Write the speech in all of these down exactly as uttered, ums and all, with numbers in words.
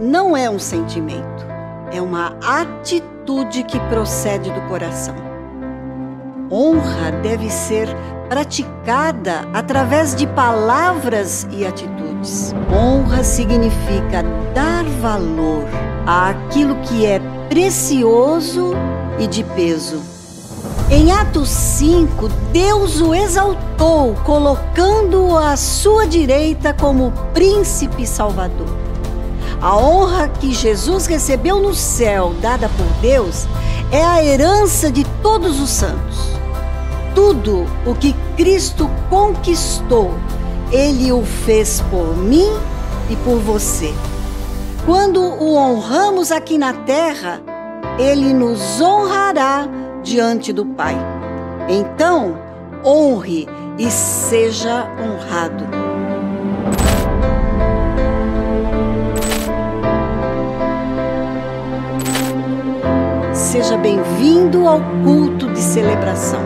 não é um sentimento, é uma atitude que procede do coração. Honra deve ser praticada através de palavras e atitudes. Honra significa dar valor àquilo que é precioso e de peso. Em Atos cinco, Deus o exaltou, colocando-o à sua direita como príncipe salvador. A honra que Jesus recebeu no céu, dada por Deus, é a herança de todos os santos. Tudo o que Cristo conquistou, Ele o fez por mim e por você. Quando o honramos aqui na terra, Ele nos honrará diante do Pai. Então, honre e seja honrado. Seja bem-vindo ao culto de celebração.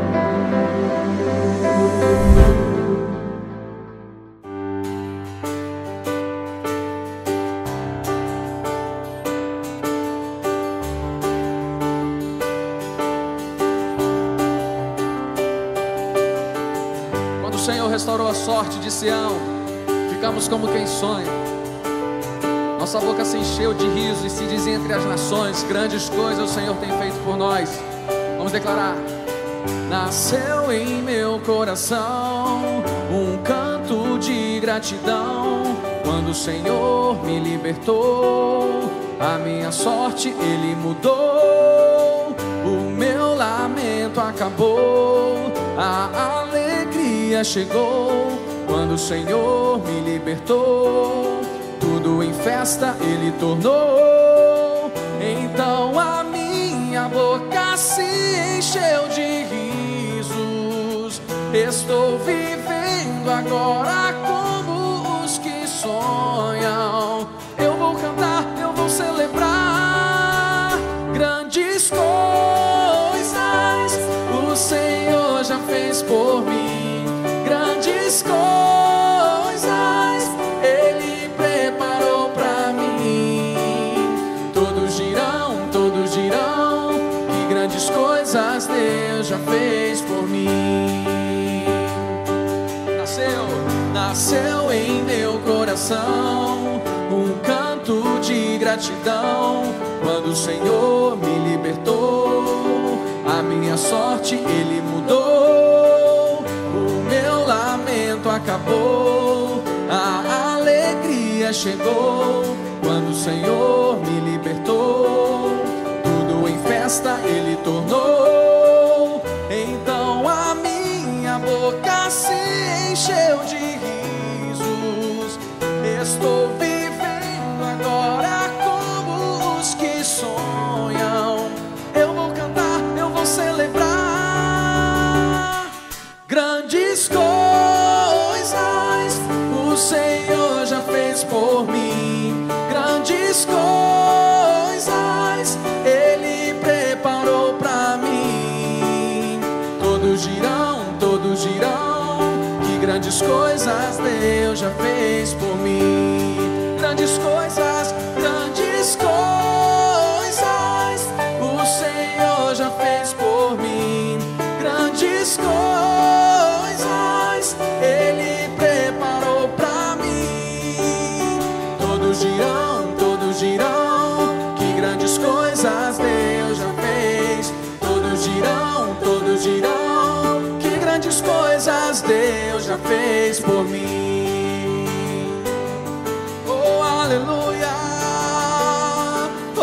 Quando o Senhor restaurou a sorte de Sião, ficamos como quem sonha. Nossa boca se encheu de riso e se dizia entre as nações: grandes coisas o Senhor tem feito por nós. Vamos declarar: nasceu em meu coração um canto de gratidão. Quando o Senhor me libertou, a minha sorte Ele mudou. O meu lamento acabou, a alegria chegou. Quando o Senhor me libertou, tudo em festa Ele tornou. Então a minha boca se encheu de risos. Estou vivendo agora como os que sonham. Eu vou cantar, eu vou celebrar grandes coisas o Senhor já fez por mim. Grandes coisas Ele preparou pra mim. Todos dirão, todos dirão que grandes coisas Deus já fez por mim. Nasceu, nasceu em meu coração um canto de gratidão. Quando o Senhor me libertou, a minha sorte Ele mudou. O meu lamento acabou, a alegria chegou. Quando o Senhor me libertou, tudo em festa Ele tornou. Então a minha boca se encheu de risos. Estou vivendo agora como os que sonham. Eu vou cantar, eu vou celebrar grandes coisas o Senhor já fez por mim. Grandes coisas Ele preparou pra mim. Todos dirão, todos dirão que grandes coisas Deus já fez por mim. Grandes coisas, grandes coisas o Senhor já fez por mim. Grandes coisas Ele preparou pra mim. Todos dirão, todos dirão que grandes coisas Deus já fez. Todos dirão, todos dirão que grandes coisas Deus já fez por mim. Oh, aleluia. Oh,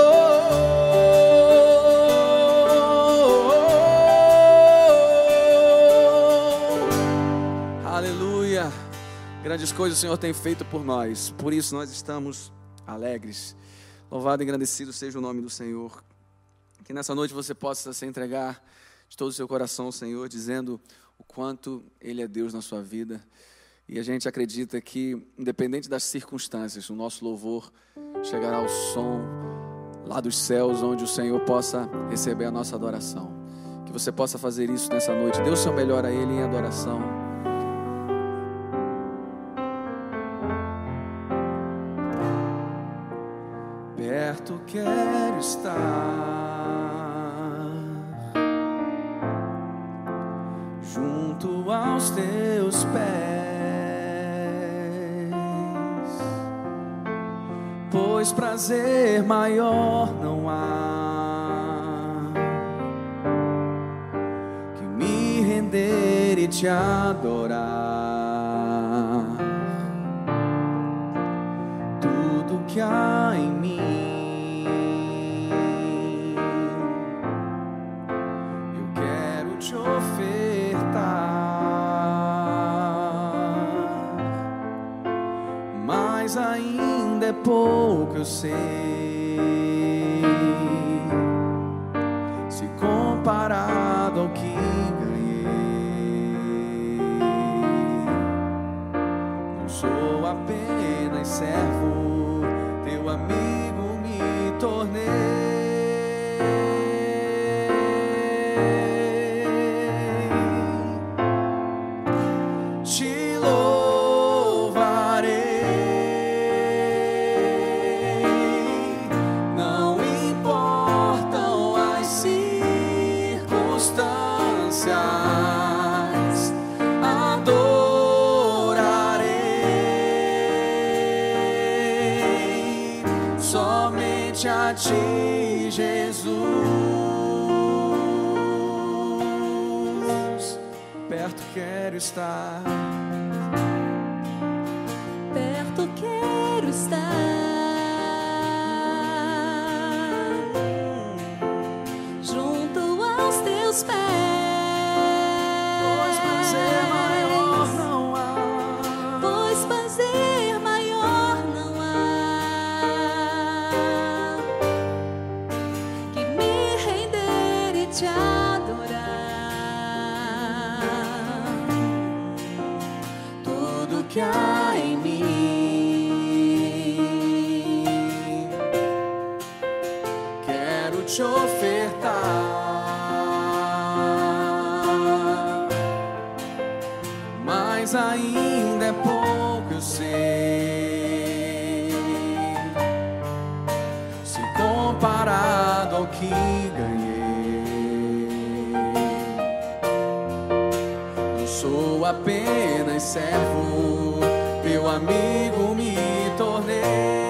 oh, oh. Aleluia. Grandes coisas o Senhor tem feito por nós. Por isso nós estamos alegres. Louvado e agradecido seja o nome do Senhor. Que nessa noite você possa se entregar de todo o seu coração ao Senhor, dizendo o quanto Ele é Deus na sua vida. E a gente acredita que, independente das circunstâncias, o nosso louvor chegará ao som lá dos céus, onde o Senhor possa receber a nossa adoração. Que você possa fazer isso nessa noite. Dê o seu melhor a Ele em adoração. perto quero estar, junto aos teus pés, pois prazer maior não há que me render e te adorar. Tudo que há em mim, eu quero te ofertar, mas ainda é pouco, eu sei, se comparado ao que ganhei. Não sou apenas servo, teu amigo me tornei. Te louvarei, não importam as circunstâncias, adorarei somente a ti, Jesus. Perto quero estar, perto quero estar, junto aos teus pés, pois prazer maior não há, pois prazer maior não há que me render e te adorar. tudo que há em mim, quero te ofertar, mas ainda é pouco, eu sei, se comparado ao que ganhei. Não sou apenas servo, teu amigo me tornei.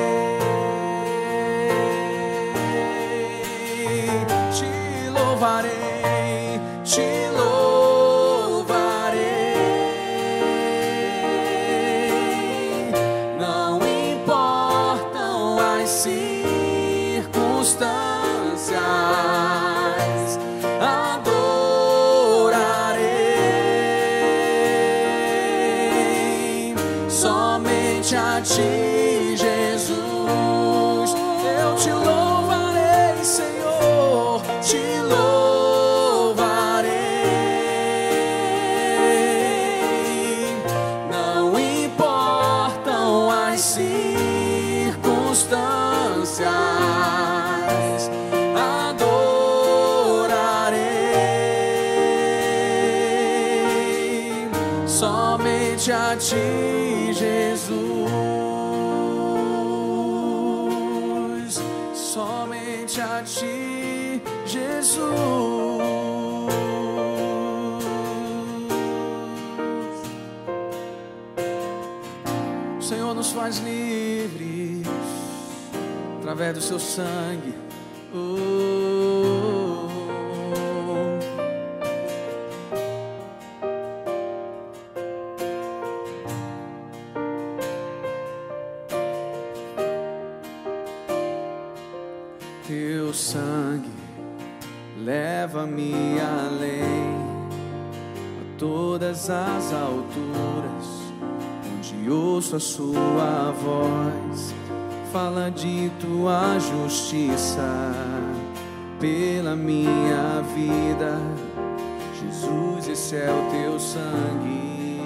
Te louvarei, te louvarei, não importam as circunstâncias, adorarei somente a ti, Jesus. Eu te louvarei, Senhor, te louvarei, não importam as circunstâncias, adorarei somente a ti, Jesus. Somente a ti, Jesus. O Senhor nos faz livres através do seu sangue. Oh, teu sangue leva-me além, a todas as alturas, onde ouço a sua voz, fala de tua justiça pela minha vida. Jesus, esse é o teu sangue.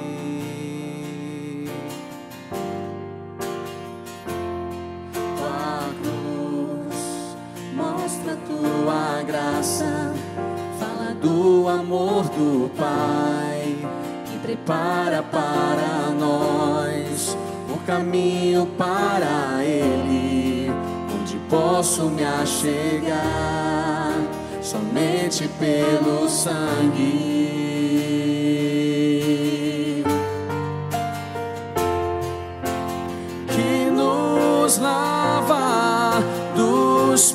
Tua graça fala do amor do Pai, que prepara para nós o caminho para Ele, onde posso me achegar somente pelo sangue que nos lava dos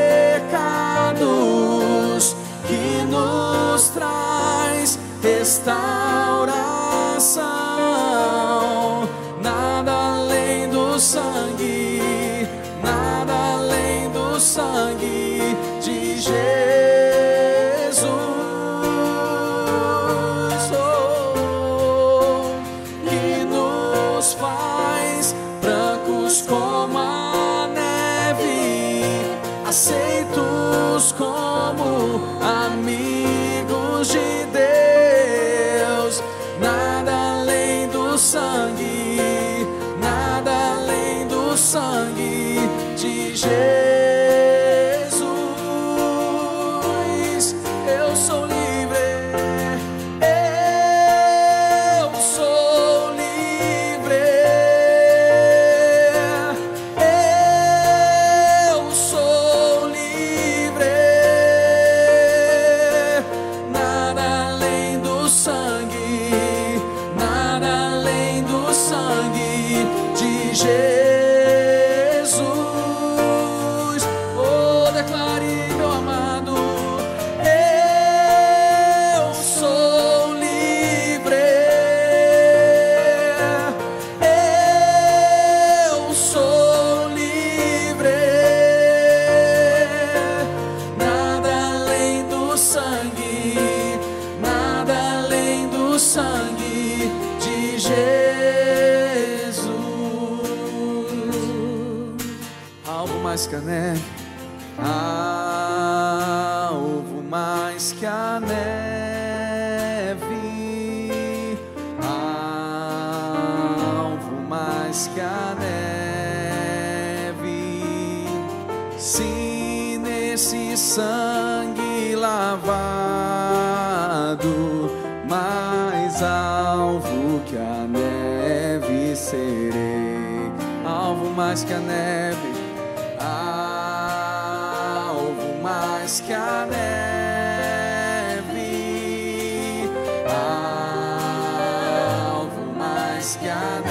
pecados, que nos traz restauração. Nada além do sangue, nada além do sangue de Jesus, oh, que nos faz brancos como a neve, aceitos como amigos de Deus. Nada além do sangue, nada além do sangue de Jesus. Eu sou livre, eu sou livre, eu sou livre. Nada além do sangue, nada além do sangue de Jesus. Oh, declare, meu amado, eu sou livre, eu sou livre. Nada além do sangue, nada além do sangue de Jesus. Algo mais que a neve, algo mais que a neve, algo mais que a neve. Se nesse sangue lavado, mais alvo que a neve serei. Alvo mais que a neve, alvo mais que a neve, alvo mais que a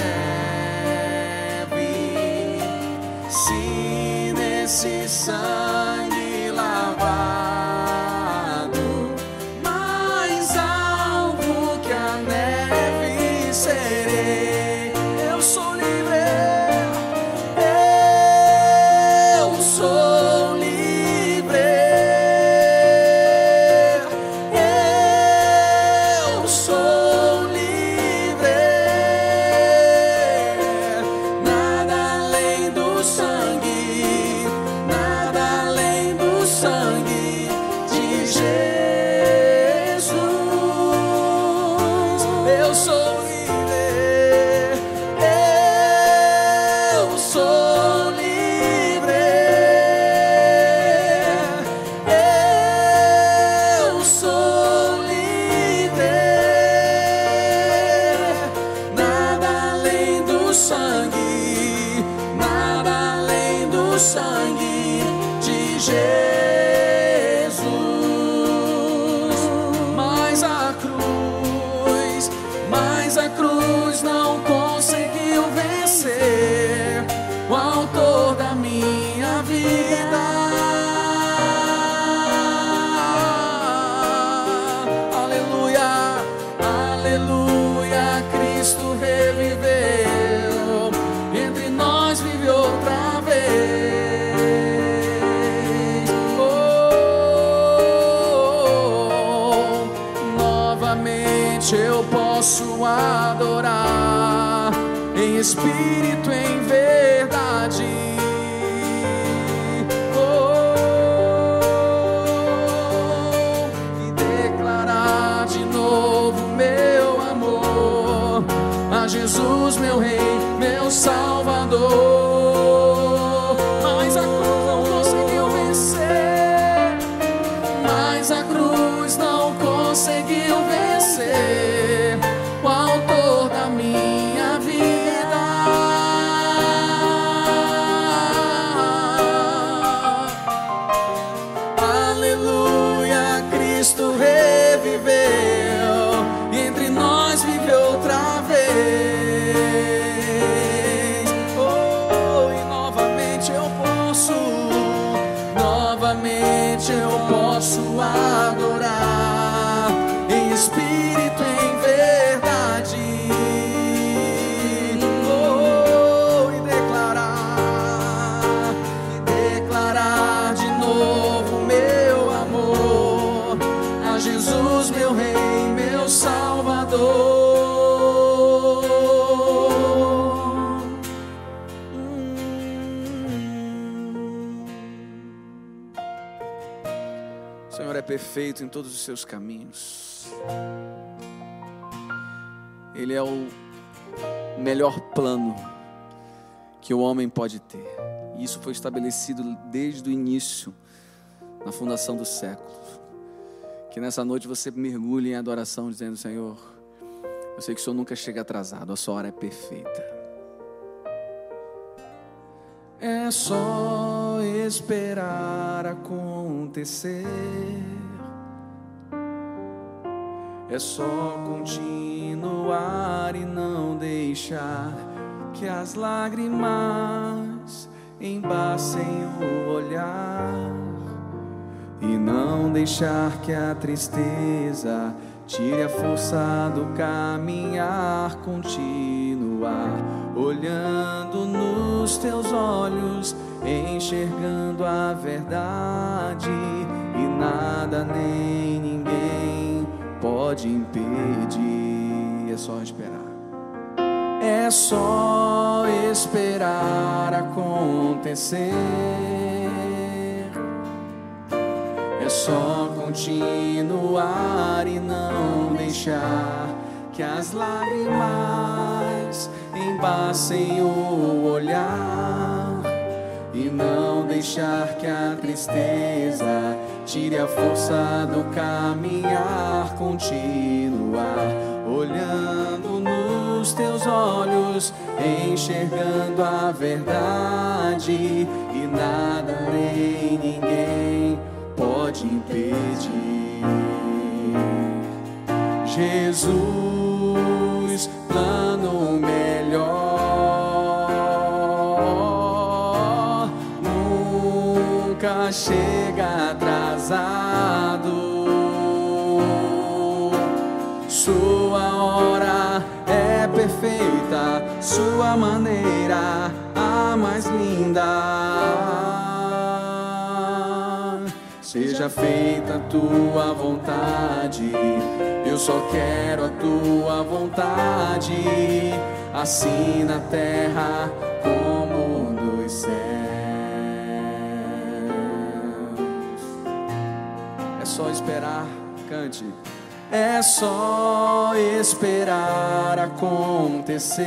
neve. Se nesse sangue lavado, mais alvo que a neve serei. Eu sou livre, eu sou livre, eu sou livre. Nada além do sangue, nada além do sangue de Jesus. Eu sou livre, eu sou livre, eu sou livre. Nada além do sangue, nada além do sangue de Jesus. Mas a cruz, mas a cruz não conseguiu vencer o autor da minha vida. Aleluia, aleluia, Cristo reviveu, entre nós vive outra vez. Oh, novamente eu posso adorar em espírito, em verdade. Oh, e declarar de novo meu amor a Jesus, meu Rei, meu Salvador. Mas a cruz não conseguiu vencer, mas a cruz não conseguiu vencer o autor da minha vida. perfeito em todos os seus caminhos. Ele é o melhor plano que o homem pode ter. E isso foi estabelecido desde o início, na fundação dos séculos. Que nessa noite você mergulhe em adoração, dizendo: Senhor, eu sei que o Senhor nunca chega atrasado, a sua hora é perfeita. É só esperar acontecer, é só continuar e não deixar que as lágrimas embacem o olhar, e não deixar que a tristeza tire a força do caminhar, continuar olhando nos teus olhos, enxergando a verdade, e nada nem ninguém pode impedir. É só esperar. É só esperar acontecer, é só continuar e não deixar que as lágrimas embacem o olhar, e não deixar que a tristeza tire a força do caminhar, continuar olhando nos teus olhos, enxergando a verdade, e nada nem ninguém pode impedir. Jesus, plano melhor, nunca chega atrasado. Sua hora é perfeita, sua maneira a mais linda. Seja feita a tua vontade, eu só quero a tua vontade, assim na terra como nos céus. É só esperar, cante. É só esperar acontecer,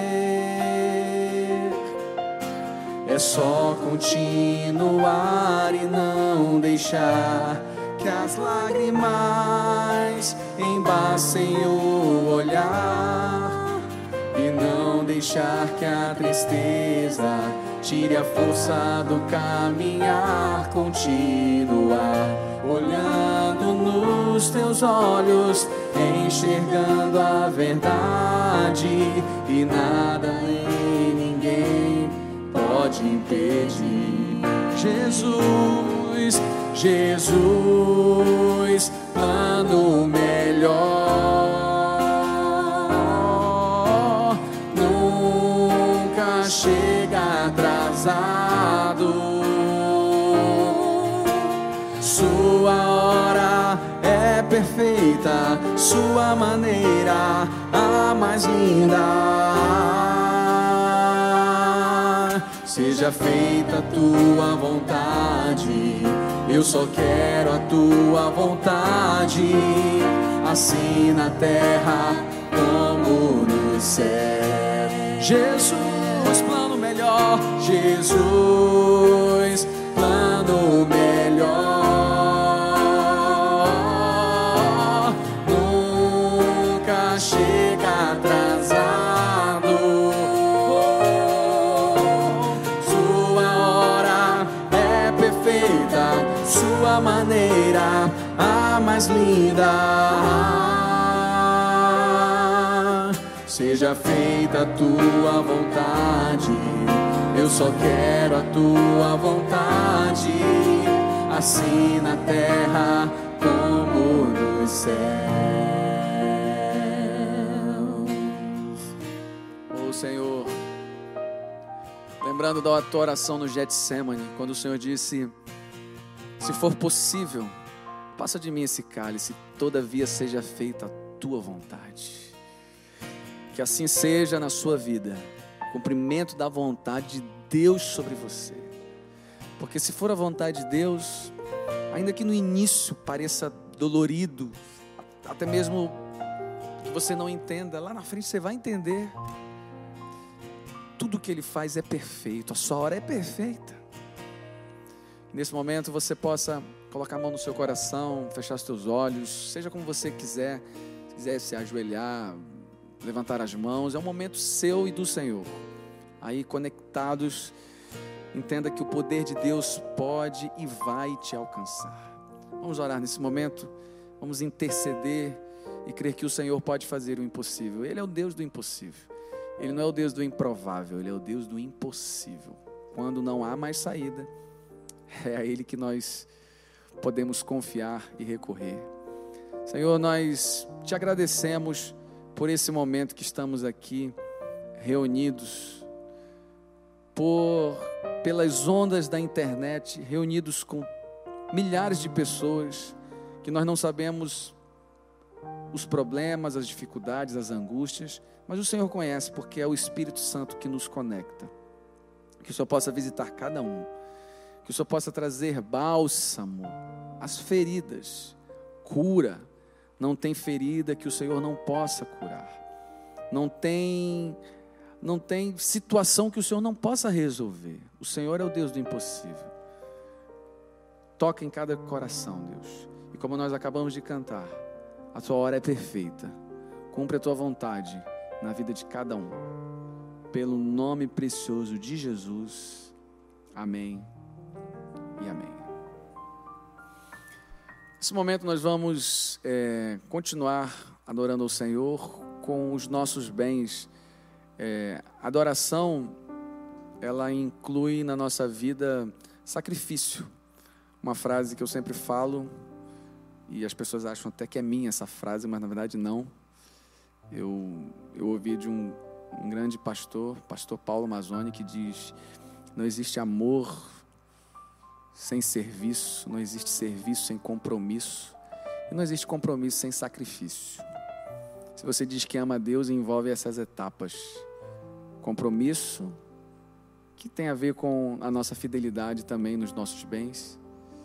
é só continuar e não deixar que as lágrimas embacem o olhar, e não deixar que a tristeza tire a força do caminhar, continuar olhando nos teus olhos, enxergando a verdade, e nada nem ninguém pode impedir. Jesus, Jesus, plano melhor, nunca chega atrasado. Sua hora é perfeita, sua maneira a mais linda. Seja feita a tua vontade, eu só quero a tua vontade, assim na terra como nos céus. Jesus, plano melhor, Jesus, plano melhor, chega atrasado. Sua hora é perfeita, sua maneira a mais linda. Seja feita a tua vontade, eu só quero a tua vontade, assim na terra como nos céus. Senhor, lembrando da tua oração no Getsemane, quando o Senhor disse: se for possível, passa de mim esse cálice, todavia seja feita a tua vontade. Que assim seja na sua vida, cumprimento da vontade de Deus sobre você, porque se for a vontade de Deus, ainda que no início pareça dolorido, até mesmo que você não entenda, lá na frente você vai entender. Tudo que Ele faz é perfeito, a sua hora é perfeita. Nesse momento você possa colocar a mão no seu coração, fechar os teus olhos, seja como você quiser. Se quiser se ajoelhar, levantar as mãos, é um momento seu e do Senhor. Aí conectados, entenda que o poder de Deus pode e vai te alcançar. Vamos orar nesse momento, vamos interceder e crer que o Senhor pode fazer o impossível. Ele é o Deus do impossível. Ele não é o Deus do improvável, Ele é o Deus do impossível. Quando não há mais saída, é a Ele que nós podemos confiar e recorrer. Senhor, nós te agradecemos por esse momento que estamos aqui reunidos, por pelas ondas da internet, reunidos com milhares de pessoas que nós não sabemos os problemas, as dificuldades, as angústias, mas o Senhor conhece, porque é o Espírito Santo que nos conecta. Que o Senhor possa visitar cada um, que o Senhor possa trazer bálsamo às feridas, cura. Não tem ferida que o Senhor não possa curar. Não tem, não tem situação que o Senhor não possa resolver. O Senhor é o Deus do impossível. Toca em cada coração, Deus. E como nós acabamos de cantar, a tua hora é perfeita. Cumpre a tua vontade na vida de cada um. Pelo nome precioso de Jesus. Amém e amém. Nesse momento nós vamos é, continuar adorando ao Senhor com os nossos bens. É, adoração, ela inclui na nossa vida sacrifício. Uma frase que eu sempre falo, e as pessoas acham até que é minha essa frase, mas na verdade não. Eu, eu ouvi de um, um grande pastor, pastor Paulo Mazzoni, que diz: não existe amor sem serviço, não existe serviço sem compromisso, e não existe compromisso sem sacrifício. Se você diz que ama a Deus, envolve essas etapas. Compromisso, que tem a ver com a nossa fidelidade também nos nossos bens.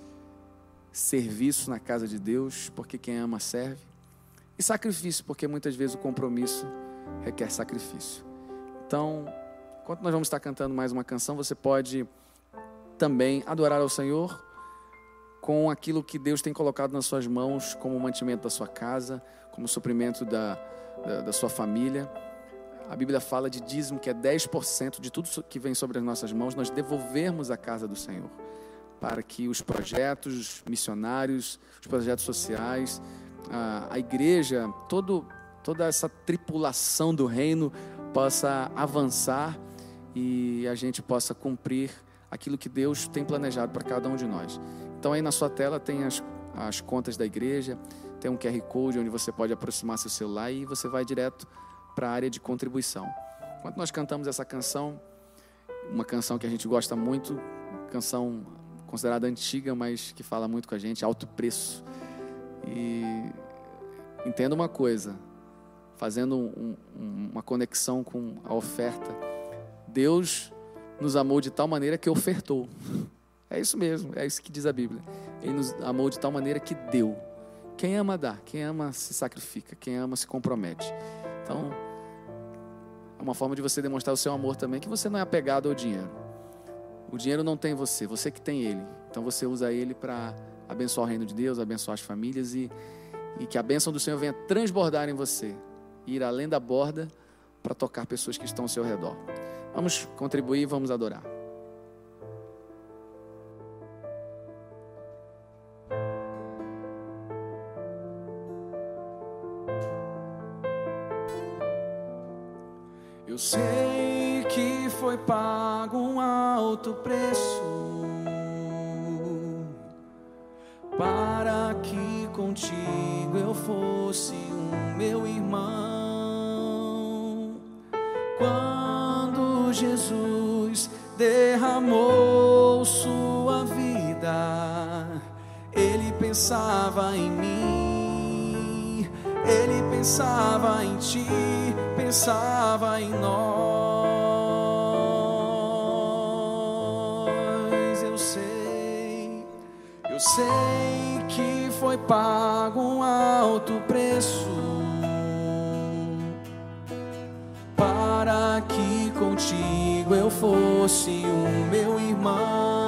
Serviço na casa de Deus, porque quem ama serve. E sacrifício, porque muitas vezes o compromisso requer sacrifício. Então, enquanto nós vamos estar cantando mais uma canção, você pode também adorar ao Senhor com aquilo que Deus tem colocado nas suas mãos, como o mantimento da sua casa, como o suprimento da, da, da sua família. A Bíblia fala de dízimo, que é dez por cento de tudo que vem sobre as nossas mãos, nós devolvermos à casa do Senhor, para que os projetos missionários, os projetos sociais, a, a igreja, todo, toda essa tripulação do reino possa avançar e a gente possa cumprir aquilo que Deus tem planejado para cada um de nós. Então aí na sua tela tem as, as contas da igreja, tem um Q R Code onde você pode aproximar seu celular e você vai direto para a área de contribuição. Enquanto nós cantamos essa canção, uma canção que a gente gosta muito, canção considerada antiga, mas que fala muito com a gente, Alto Preço. E entenda uma coisa, fazendo um, um, uma conexão com a oferta, Deus nos amou de tal maneira que ofertou. É isso mesmo, é isso que diz a Bíblia. Ele nos amou de tal maneira que deu. Quem ama dá, quem ama se sacrifica, quem ama se compromete. Então, é uma forma de você demonstrar o seu amor também, que você não é apegado ao dinheiro. O dinheiro não tem você, você que tem ele. Então você usa ele para abençoar o reino de Deus, abençoar as famílias e, e que a bênção do Senhor venha transbordar em você, ir além da borda para tocar pessoas que estão ao seu redor. Vamos contribuir, vamos adorar. Eu sei que foi pago um alto preço para que contigo eu fosse um meu irmão. Quando Jesus derramou sua vida, Ele pensava em mim, Ele pensava em ti, pensava em nós. Eu sei, eu sei sei que foi pago um alto preço para que contigo eu fosse o meu irmão.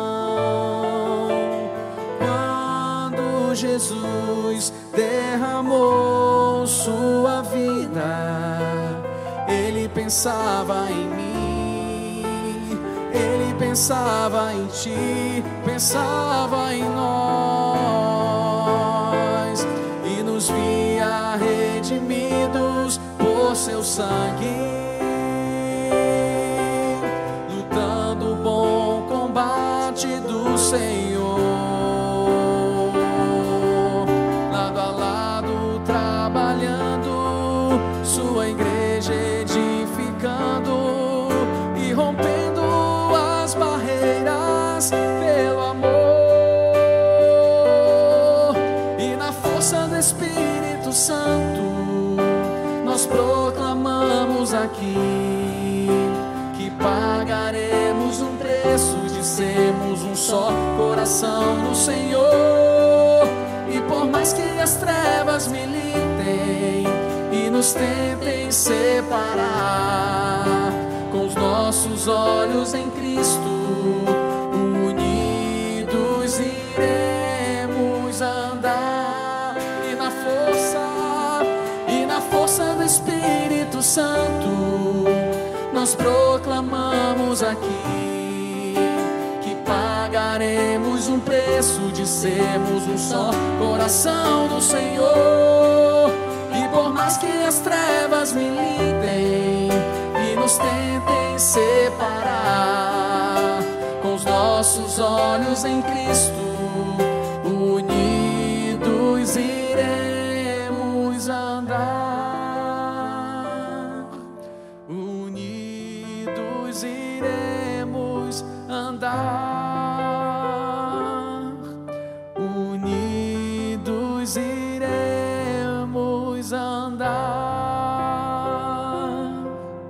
Quando Jesus derramou sua vida, Ele pensava em mim, Ele pensava em ti, pensava em nós e nos via redimidos por seu sangue, lutando o bom combate do Senhor, lado a lado trabalhando, sua igreja edificando e rompendo as barreiras pelo amor. E na força do Espírito Santo nós proclamamos aqui que pagaremos um preço de sermos um só coração no Senhor. E por mais que as trevas militem e nos tentem separar, com os nossos olhos em Cristo, unidos iremos andar. E na força, e na força do Espírito Santo nós proclamamos aqui que pagaremos um preço de sermos um só coração no Senhor. E por mais que as trevas militem e nos tentem separar, com os nossos olhos em Cristo, unidos iremos andar. Unidos iremos andar. Unidos iremos andar.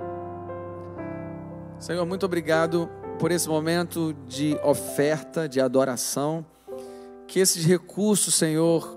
Senhor, muito obrigado por esse momento de oferta, de adoração. Que esses recursos, Senhor,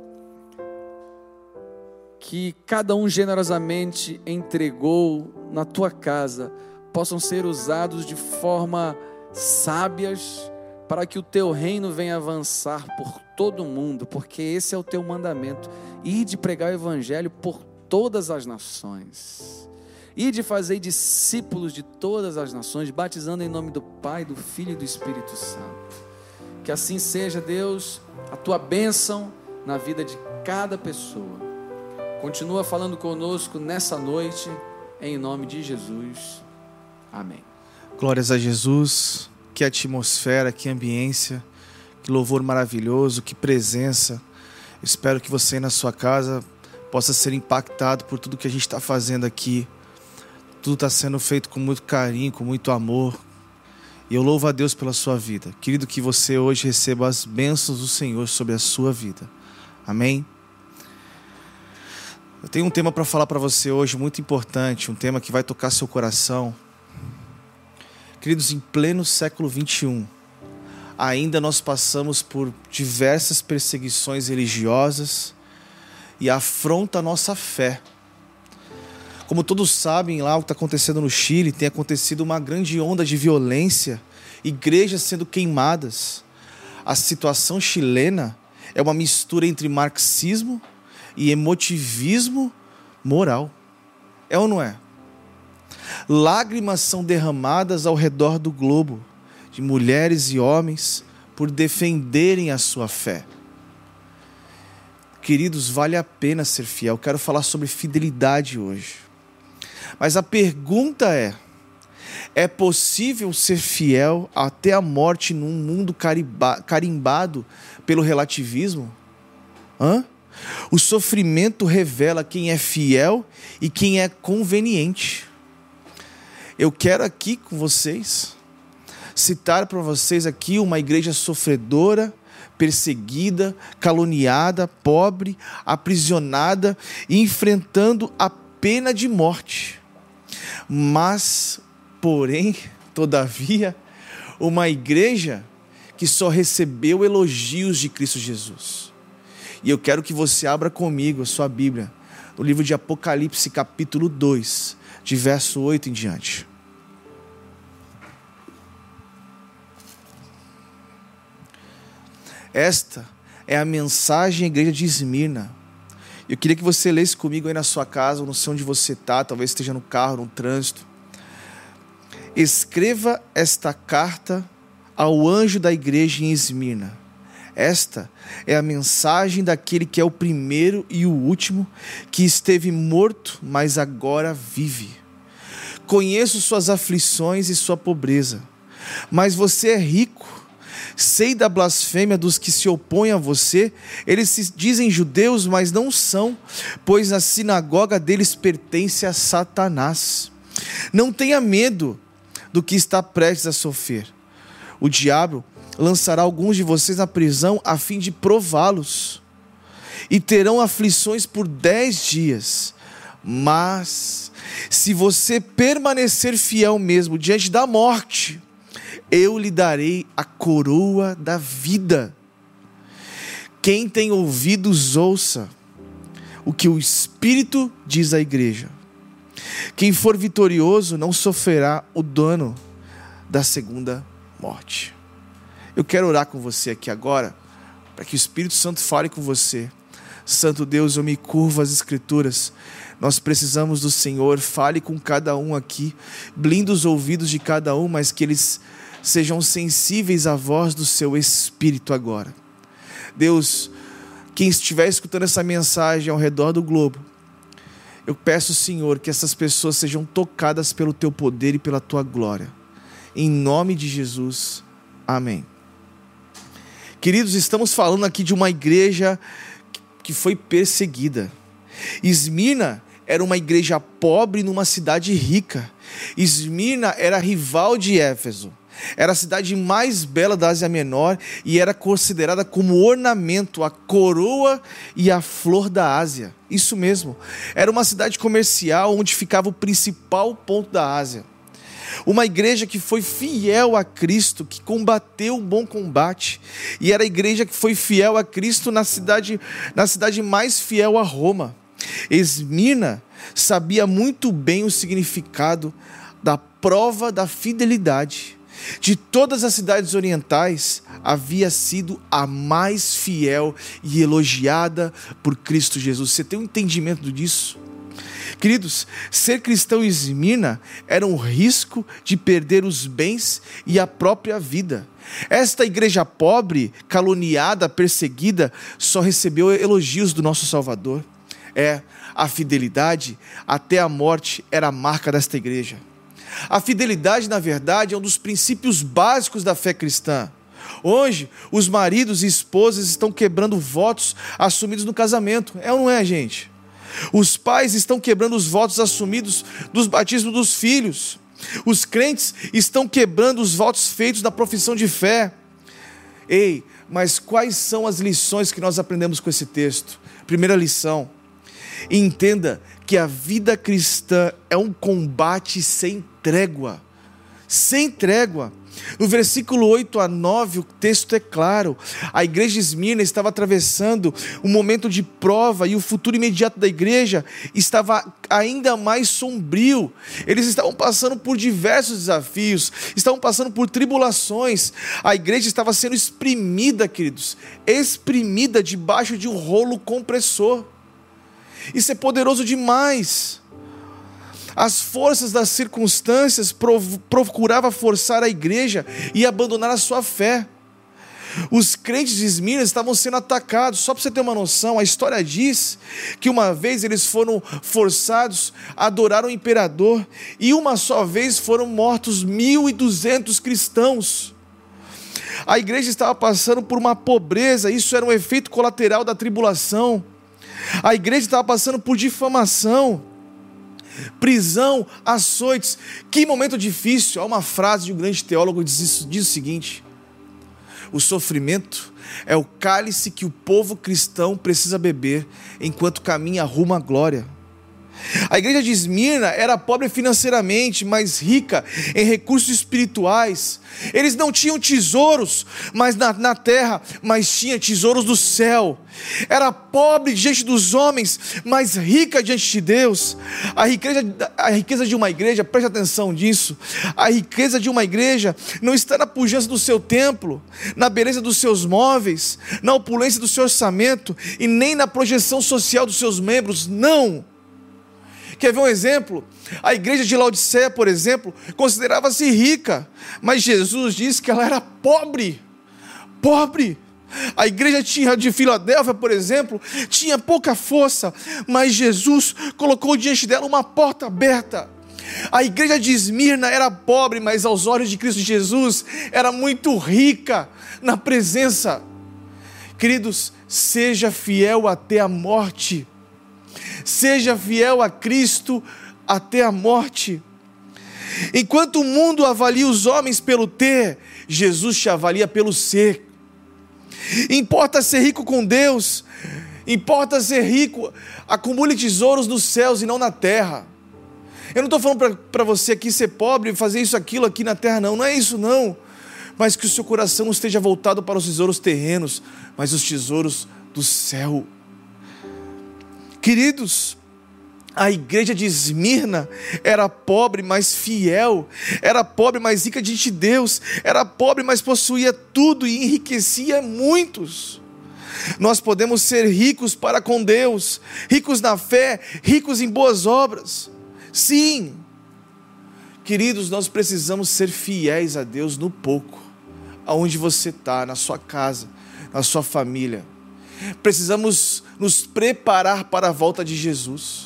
que cada um generosamente entregou na Tua casa, possam ser usados de forma sábias para que o Teu reino venha avançar por todo o mundo, porque esse é o Teu mandamento: ir de pregar o Evangelho por todas as nações, ir de fazer discípulos de todas as nações, batizando em nome do Pai, do Filho e do Espírito Santo. Que assim seja, Deus, a Tua bênção na vida de cada pessoa. Continua falando conosco nessa noite, em nome de Jesus. Amém. Glórias a Jesus. Que atmosfera, que ambiência, que louvor maravilhoso, que presença. Espero que você na sua casa possa ser impactado por tudo que a gente está fazendo aqui. Tudo está sendo feito com muito carinho, com muito amor. E eu louvo a Deus pela sua vida. Querido, que você hoje receba as bênçãos do Senhor sobre a sua vida. Amém? Eu tenho um tema para falar para você hoje muito importante, um tema que vai tocar seu coração. Queridos, em pleno século vinte e um, ainda nós passamos por diversas perseguições religiosas e afronta a nossa fé. Como todos sabem, lá o que está acontecendo no Chile, tem acontecido uma grande onda de violência, igrejas sendo queimadas. A situação chilena é uma mistura entre marxismo e emotivismo moral. É ou não é? Lágrimas são derramadas ao redor do globo, de mulheres e homens, por defenderem a sua fé. Queridos, vale a pena ser fiel. Quero falar sobre fidelidade hoje. Mas a pergunta é: é possível ser fiel até a morte num mundo carimbado pelo relativismo? Hã? O sofrimento revela quem é fiel e quem é conveniente. Eu quero aqui com vocês citar para vocês aqui uma igreja sofredora, perseguida, caluniada, pobre, aprisionada e enfrentando a pena de morte. Mas, porém, todavia, uma igreja que só recebeu elogios de Cristo Jesus. E eu quero que você abra comigo a sua Bíblia no livro de Apocalipse, capítulo dois, de verso oito em diante. Esta é a mensagem à igreja de Esmirna. Eu queria que você lesse comigo aí na sua casa, ou não sei onde você está, talvez esteja no carro, no trânsito. Escreva esta carta ao anjo da igreja em Esmirna. Esta é a mensagem daquele que é o primeiro e o último, que esteve morto, mas agora vive. Conheço suas aflições e sua pobreza, mas você é rico. Sei da blasfêmia dos que se opõem a você. Eles se dizem judeus, mas não são, pois a sinagoga deles pertence a Satanás. Não tenha medo do que está prestes a sofrer. O diabo lançará alguns de vocês na prisão a fim de prová-los, e terão aflições por dez dias. Mas se você permanecer fiel mesmo diante da morte, eu lhe darei a coroa da vida. Quem tem ouvidos, ouça o que o Espírito diz à igreja. Quem for vitorioso não sofrerá o dano da segunda morte. Eu quero orar com você aqui agora, para que o Espírito Santo fale com você. Santo Deus, eu me curvo às Escrituras. Nós precisamos do Senhor. Fale com cada um aqui, blinde os ouvidos de cada um, mas que eles sejam sensíveis à voz do seu Espírito agora. Deus, quem estiver escutando essa mensagem ao redor do globo, eu peço, Senhor, que essas pessoas sejam tocadas pelo teu poder e pela tua glória. Em nome de Jesus, amém. Queridos, estamos falando aqui de uma igreja que foi perseguida. Esmirna era uma igreja pobre numa cidade rica. Esmirna era rival de Éfeso. Era a cidade mais bela da Ásia Menor e era considerada como ornamento, a coroa e a flor da Ásia. Isso mesmo, era uma cidade comercial onde ficava o principal ponto da Ásia. Uma igreja que foi fiel a Cristo, que combateu o bom combate. E era a igreja que foi fiel a Cristo na cidade, na cidade mais fiel a Roma. Esmirna sabia muito bem o significado da prova da fidelidade. De todas as cidades orientais, havia sido a mais fiel e elogiada por Cristo Jesus. Você tem um entendimento disso? Queridos, ser cristão em Esmirna era um risco de perder os bens e a própria vida. Esta igreja pobre, caluniada, perseguida, só recebeu elogios do nosso Salvador. É, a fidelidade até a morte era a marca desta igreja. A fidelidade, na verdade, é um dos princípios básicos da fé cristã. Hoje, os maridos e esposas estão quebrando votos assumidos no casamento. É ou não é, gente? Os pais estão quebrando os votos assumidos dos batismos dos filhos. Os crentes estão quebrando os votos feitos na profissão de fé. Ei, mas quais são as lições que nós aprendemos com esse texto? Primeira lição: entenda que a vida cristã é um combate sem trégua. Sem trégua. No versículo oito a nove, o texto é claro. A igreja de Esmirna estava atravessando um momento de prova e o futuro imediato da igreja estava ainda mais sombrio. Eles estavam passando por diversos desafios, estavam passando por tribulações. A igreja estava sendo exprimida, queridos, exprimida debaixo de um rolo compressor. Isso é poderoso demais. As forças das circunstâncias prov- procuravam forçar a igreja e abandonar a sua fé. Os crentes de Esmirna estavam sendo atacados. Só para você ter uma noção, a história diz que uma vez eles foram forçados a adorar o imperador e uma só vez foram mortos mil e duzentos cristãos. A igreja estava passando por uma pobreza, isso era um efeito colateral da tribulação. A igreja estava passando por difamação, prisão, açoites. Que momento difícil. Há uma frase de um grande teólogo que diz, diz o seguinte: o sofrimento é o cálice que o povo cristão precisa beber enquanto caminha rumo à glória. A igreja de Esmirna era pobre financeiramente, mas rica em recursos espirituais. Eles não tinham tesouros mas na, na terra, mas tinham tesouros do céu. Era pobre diante dos homens, mas rica diante de Deus. A riqueza, a riqueza de uma igreja, preste atenção nisso, a riqueza de uma igreja não está na pujança do seu templo, na beleza dos seus móveis, na opulência do seu orçamento e nem na projeção social dos seus membros, não. Quer ver um exemplo? A igreja de Laodiceia, por exemplo, considerava-se rica, mas Jesus disse que ela era pobre, pobre. A igreja de Filadélfia, por exemplo, tinha pouca força, mas Jesus colocou diante dela uma porta aberta. A igreja de Esmirna era pobre, mas aos olhos de Cristo Jesus, era muito rica na presença. Queridos, seja fiel até a morte. Seja fiel a Cristo até a morte. Enquanto o mundo avalia os homens pelo ter, Jesus te avalia pelo ser. Importa ser rico com Deus, importa ser rico, acumule tesouros nos céus e não na terra. Eu não estou falando para você aqui ser pobre, fazer isso, aquilo aqui na terra, não, não é isso não. Mas que o seu coração não esteja voltado para os tesouros terrenos, mas os tesouros do céu. Queridos, a igreja de Esmirna era pobre, mas fiel, era pobre, mas rica diante de Deus, era pobre, mas possuía tudo e enriquecia muitos. Nós podemos ser ricos para com Deus, ricos na fé, ricos em boas obras. Sim, queridos, nós precisamos ser fiéis a Deus no pouco, aonde você está, na sua casa, na sua família. Precisamos nos preparar para a volta de Jesus.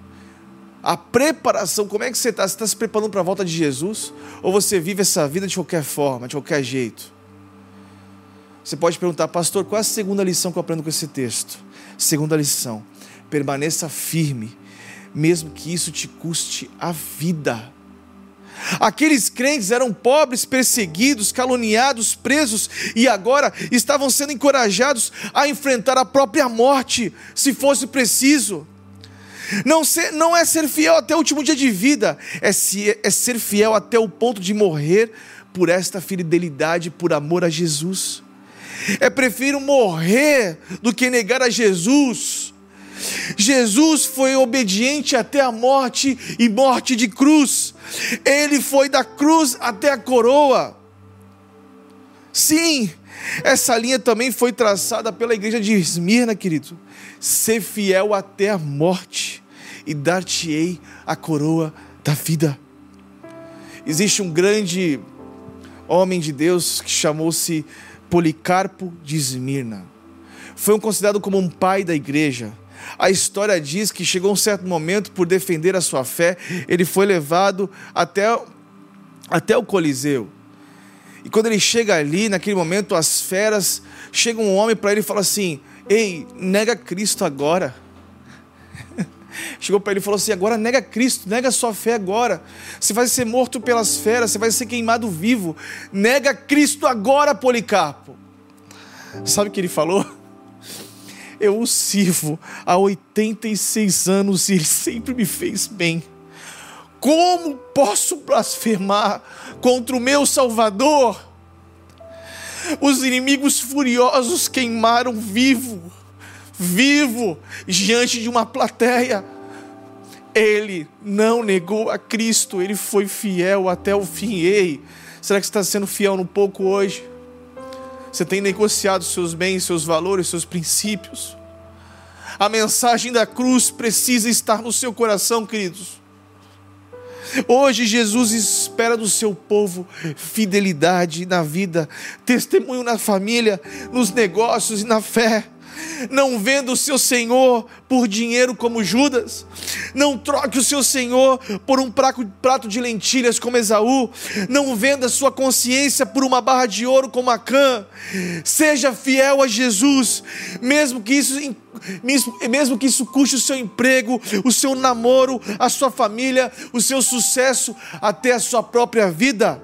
A preparação, como é que você está? Você está se preparando para a volta de Jesus? Ou você vive essa vida de qualquer forma, de qualquer jeito? Você pode perguntar, pastor, qual é a segunda lição que eu aprendo com esse texto? Segunda lição, permaneça firme, mesmo que isso te custe a vida. Aqueles crentes eram pobres, perseguidos, caluniados, presos e agora estavam sendo encorajados a enfrentar a própria morte, se fosse preciso. Não, ser, não é ser fiel até o último dia de vida, é, se, é ser fiel até o ponto de morrer por esta fidelidade, por amor a Jesus. É prefiro morrer do que negar a Jesus. Jesus foi obediente até a morte e morte de cruz. Ele foi da cruz até a coroa. Sim, essa linha também foi traçada pela igreja de Esmirna, querido. Ser fiel até a morte e dar-te-ei a coroa da vida. Existe um grande homem de Deus que chamou-se Policarpo de Esmirna. Foi um considerado como um pai da igreja. A história diz que chegou um certo momento, por defender a sua fé, ele foi levado até, até o Coliseu. E quando ele chega ali, naquele momento, as feras, chega um homem para ele e fala assim, ei, nega Cristo agora. Chegou para ele e falou assim, agora nega Cristo, nega a sua fé agora. Você vai ser morto pelas feras, você vai ser queimado vivo. Nega Cristo agora, Policarpo. Sabe o que ele falou? Eu o sirvo há oitenta e seis anos e ele sempre me fez bem. Como posso blasfemar contra o meu Salvador? Os inimigos furiosos queimaram vivo, vivo, diante de uma plateia. Ele não negou a Cristo, ele foi fiel até o fim. Ei, será que você está sendo fiel no pouco hoje? Você tem negociado seus bens, seus valores, seus princípios. A mensagem da cruz precisa estar no seu coração, queridos. Hoje Jesus espera do seu povo fidelidade na vida, testemunho na família, nos negócios e na fé. Não venda o seu Senhor por dinheiro como Judas. Não troque o seu Senhor por um prato de lentilhas como Esaú. Não venda sua consciência por uma barra de ouro como Acã. Seja fiel a Jesus, mesmo que isso, mesmo que isso custe o seu emprego, o seu namoro, a sua família, o seu sucesso, até a sua própria vida.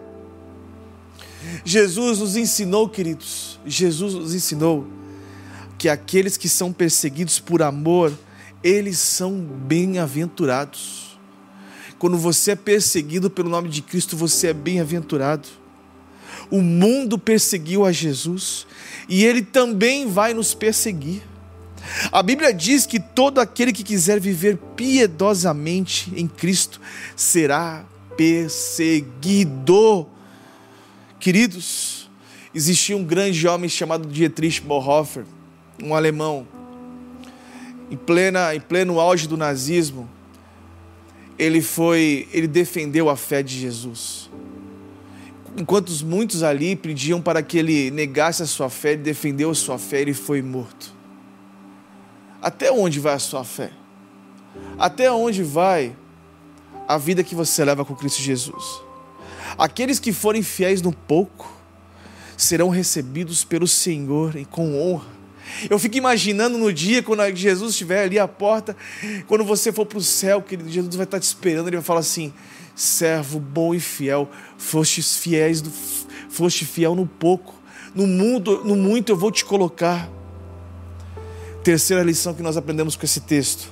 Jesus nos ensinou, queridos, Jesus nos ensinou que aqueles que são perseguidos por amor, eles são bem-aventurados. Quando você é perseguido pelo nome de Cristo, você é bem-aventurado. O mundo perseguiu a Jesus e ele também vai nos perseguir. A Bíblia diz que todo aquele que quiser viver piedosamente em Cristo será perseguido. Queridos, existia um grande homem chamado Dietrich Bonhoeffer, um alemão, em, plena, em pleno auge do nazismo. Ele foi, ele defendeu a fé de Jesus. Enquanto muitos ali pediam para que ele negasse a sua fé, ele defendeu a sua fé, ele foi morto. Até onde vai a sua fé? Até onde vai a vida que você leva com Cristo Jesus? Aqueles que forem fiéis no pouco serão recebidos pelo Senhor e com honra. Eu fico imaginando no dia quando Jesus estiver ali à porta, quando você for para o céu, querido, Jesus vai estar te esperando, ele vai falar assim: servo bom e fiel, fostes fiéis, do, foste fiel no pouco, no mundo, no muito eu vou te colocar. Terceira lição que nós aprendemos com esse texto: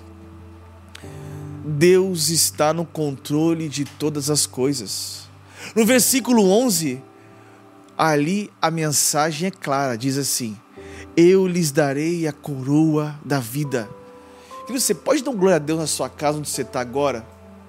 Deus está no controle de todas as coisas. No versículo onze, ali a mensagem é clara, diz assim: eu lhes darei a coroa da vida. Você pode dar um glória a Deus na sua casa onde você está agora?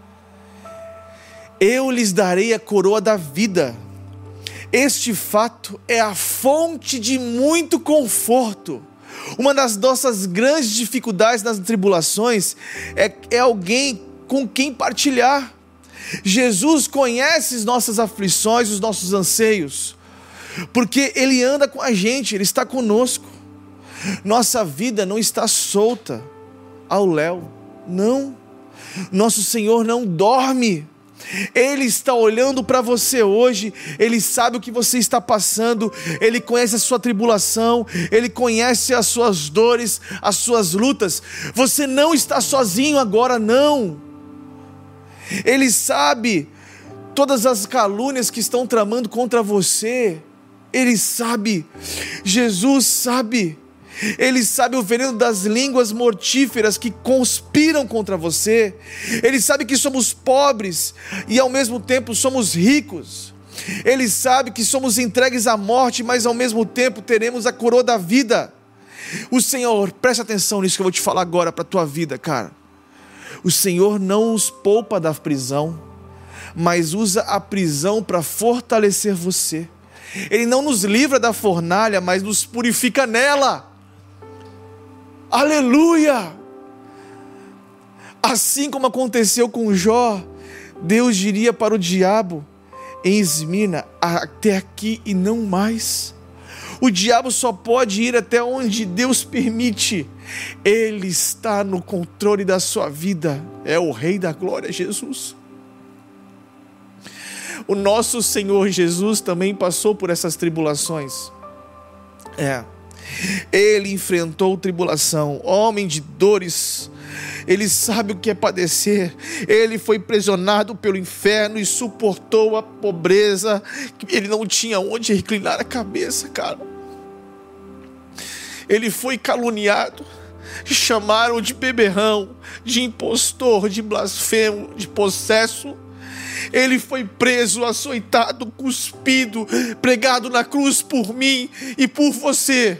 Eu lhes darei a coroa da vida. Este fato é a fonte de muito conforto. Uma das nossas grandes dificuldades nas tribulações é, é alguém com quem partilhar. Jesus conhece as nossas aflições, os nossos anseios, porque Ele anda com a gente, Ele está conosco. Nossa vida não está solta ao léu, não. Nosso Senhor não dorme. Ele está olhando para você hoje, Ele sabe o que você está passando, Ele conhece a sua tribulação, Ele conhece as suas dores, as suas lutas. Você não está sozinho agora, não. Ele sabe todas as calúnias que estão tramando contra você. Ele sabe, Jesus sabe. Ele sabe o veneno das línguas mortíferas que conspiram contra você. Ele sabe que somos pobres e ao mesmo tempo somos ricos. Ele sabe que somos entregues à morte, mas ao mesmo tempo teremos a coroa da vida. O Senhor, presta atenção nisso que eu vou te falar agora para a tua vida, cara. O Senhor não os poupa da prisão, mas usa a prisão para fortalecer você. Ele não nos livra da fornalha, mas nos purifica nela. Aleluia! Assim como aconteceu com Jó, Deus diria para o diabo em Esmirna: até aqui e não mais. O diabo só pode ir até onde Deus permite. Ele está no controle da sua vida. É o Rei da Glória, Jesus. O nosso Senhor Jesus também passou por essas tribulações. É. Ele enfrentou tribulação, homem de dores. Ele sabe o que é padecer. Ele foi prisionado pelo inferno e suportou a pobreza. Ele não tinha onde reclinar a cabeça, cara. Ele foi caluniado, chamaram de beberrão, de impostor, de blasfemo, de possesso. Ele foi preso, açoitado, cuspido, pregado na cruz por mim e por você.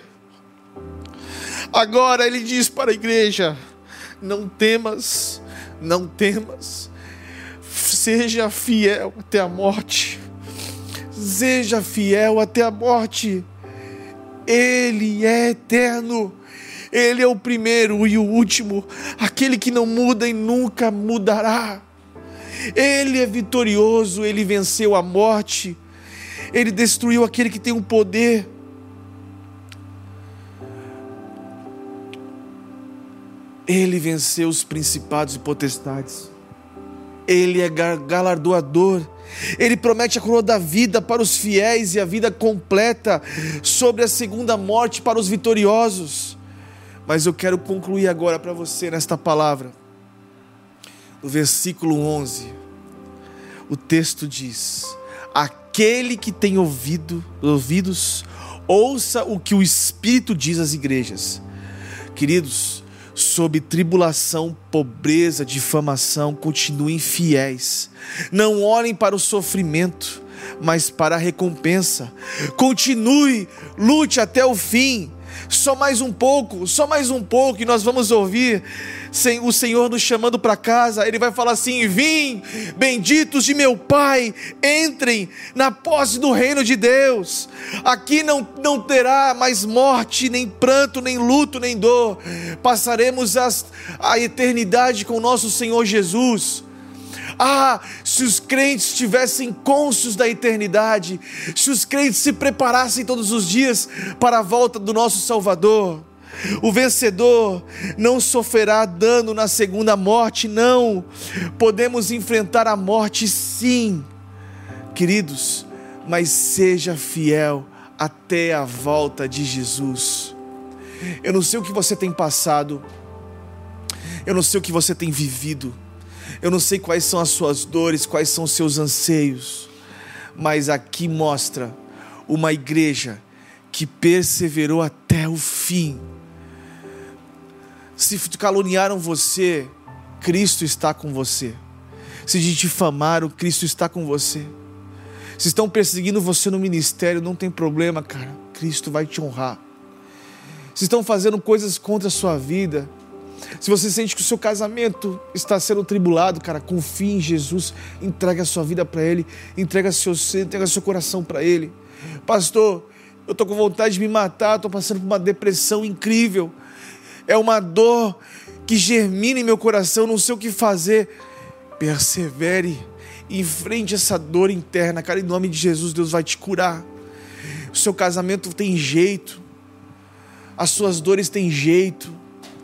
Agora ele diz para a igreja: não temas, não temas, seja fiel até a morte, seja fiel até a morte. Ele é eterno, Ele é o primeiro e o último, aquele que não muda e nunca mudará. Ele é vitorioso, Ele venceu a morte, Ele destruiu aquele que tem o poder. Ele venceu os principados e potestades. Ele é galardoador. Ele promete a coroa da vida para os fiéis e a vida completa sobre a segunda morte para os vitoriosos. Mas eu quero concluir agora para você nesta palavra. No versículo onze, o texto diz: aquele que tem ouvido, ouvidos, ouça o que o Espírito diz às igrejas. Queridos, sob tribulação, pobreza, difamação, continuem fiéis. Não olhem para o sofrimento, mas para a recompensa. Continue, lute até o fim. Só mais um pouco, só mais um pouco, e nós vamos ouvir o Senhor nos chamando para casa. Ele vai falar assim: vim, benditos de meu Pai, entrem na posse do reino de Deus. Aqui não, não terá mais morte, nem pranto, nem luto, nem dor. Passaremos as, a eternidade com o nosso Senhor Jesus. Ah, se os crentes estivessem cônscios da eternidade, se os crentes se preparassem todos os dias para a volta do nosso Salvador. O vencedor não sofrerá dano na segunda morte, não. Podemos enfrentar a morte, sim, queridos, mas seja fiel até a volta de Jesus. Eu não sei o que você tem passado, eu não sei o que você tem vivido, eu não sei quais são as suas dores, quais são os seus anseios, mas aqui mostra uma igreja que perseverou até o fim. Se caluniaram você, Cristo está com você. Se te difamaram, Cristo está com você. Se estão perseguindo você no ministério, não tem problema, cara, Cristo vai te honrar. Se estão fazendo coisas contra a sua vida, se você sente que o seu casamento está sendo tribulado, cara, confie em Jesus, entrega a sua vida para Ele, entrega seu ser, entrega seu coração para Ele. Pastor, eu estou com vontade de me matar, estou passando por uma depressão incrível, é uma dor que germina em meu coração, não sei o que fazer. Persevere, enfrente essa dor interna, cara, em nome de Jesus, Deus vai te curar. O seu casamento tem jeito, as suas dores têm jeito.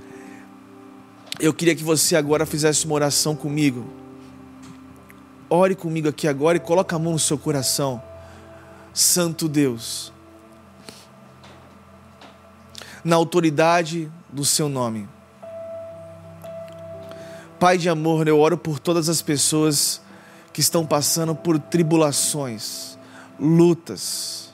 Eu queria que você agora fizesse uma oração comigo. Ore comigo aqui agora e coloque a mão no seu coração. Santo Deus, na autoridade do seu nome, Pai de amor, eu oro por todas as pessoas que estão passando por tribulações, lutas,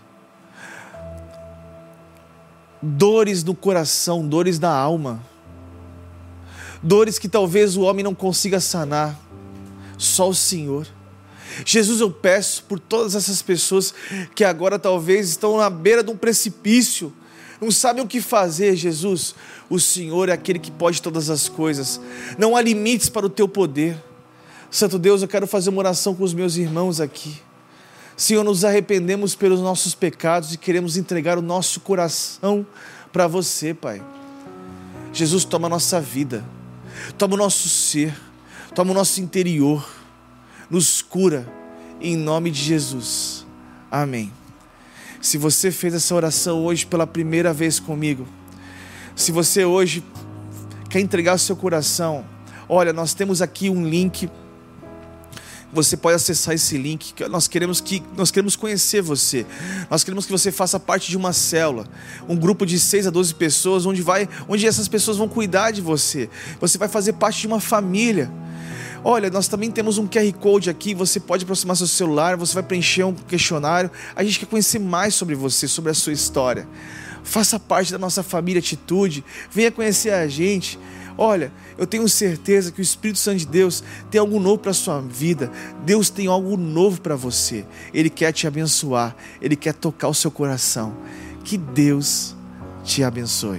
dores no coração, dores na alma, dores que talvez o homem não consiga sanar, só o Senhor. Jesus, eu peço por todas essas pessoas que agora talvez estão na beira de um precipício, não sabem o que fazer. Jesus, o Senhor é aquele que pode todas as coisas, não há limites para o teu poder. Santo Deus, eu quero fazer uma oração com os meus irmãos aqui. Senhor, nos arrependemos pelos nossos pecados e queremos entregar o nosso coração para você, Pai. Jesus, toma a nossa vida, toma o nosso ser, toma o nosso interior, nos cura, em nome de Jesus, amém. Se você fez essa oração hoje pela primeira vez comigo, se você hoje quer entregar o seu coração, olha, nós temos aqui um link, você pode acessar esse link. Nós queremos, que, nós queremos conhecer você, nós queremos que você faça parte de uma célula, um grupo de seis a doze pessoas, onde, vai, onde essas pessoas vão cuidar de você, você vai fazer parte de uma família. Olha, nós também temos um Q R Code aqui, você pode aproximar seu celular, você vai preencher um questionário, a gente quer conhecer mais sobre você, sobre a sua história. Faça parte da nossa família Atitude, venha conhecer a gente. Olha, eu tenho certeza que o Espírito Santo de Deus tem algo novo para a sua vida. Deus tem algo novo para você. Ele quer te abençoar, Ele quer tocar o seu coração. Que Deus te abençoe.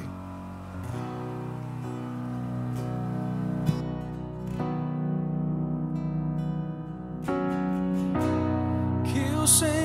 Que o Senhor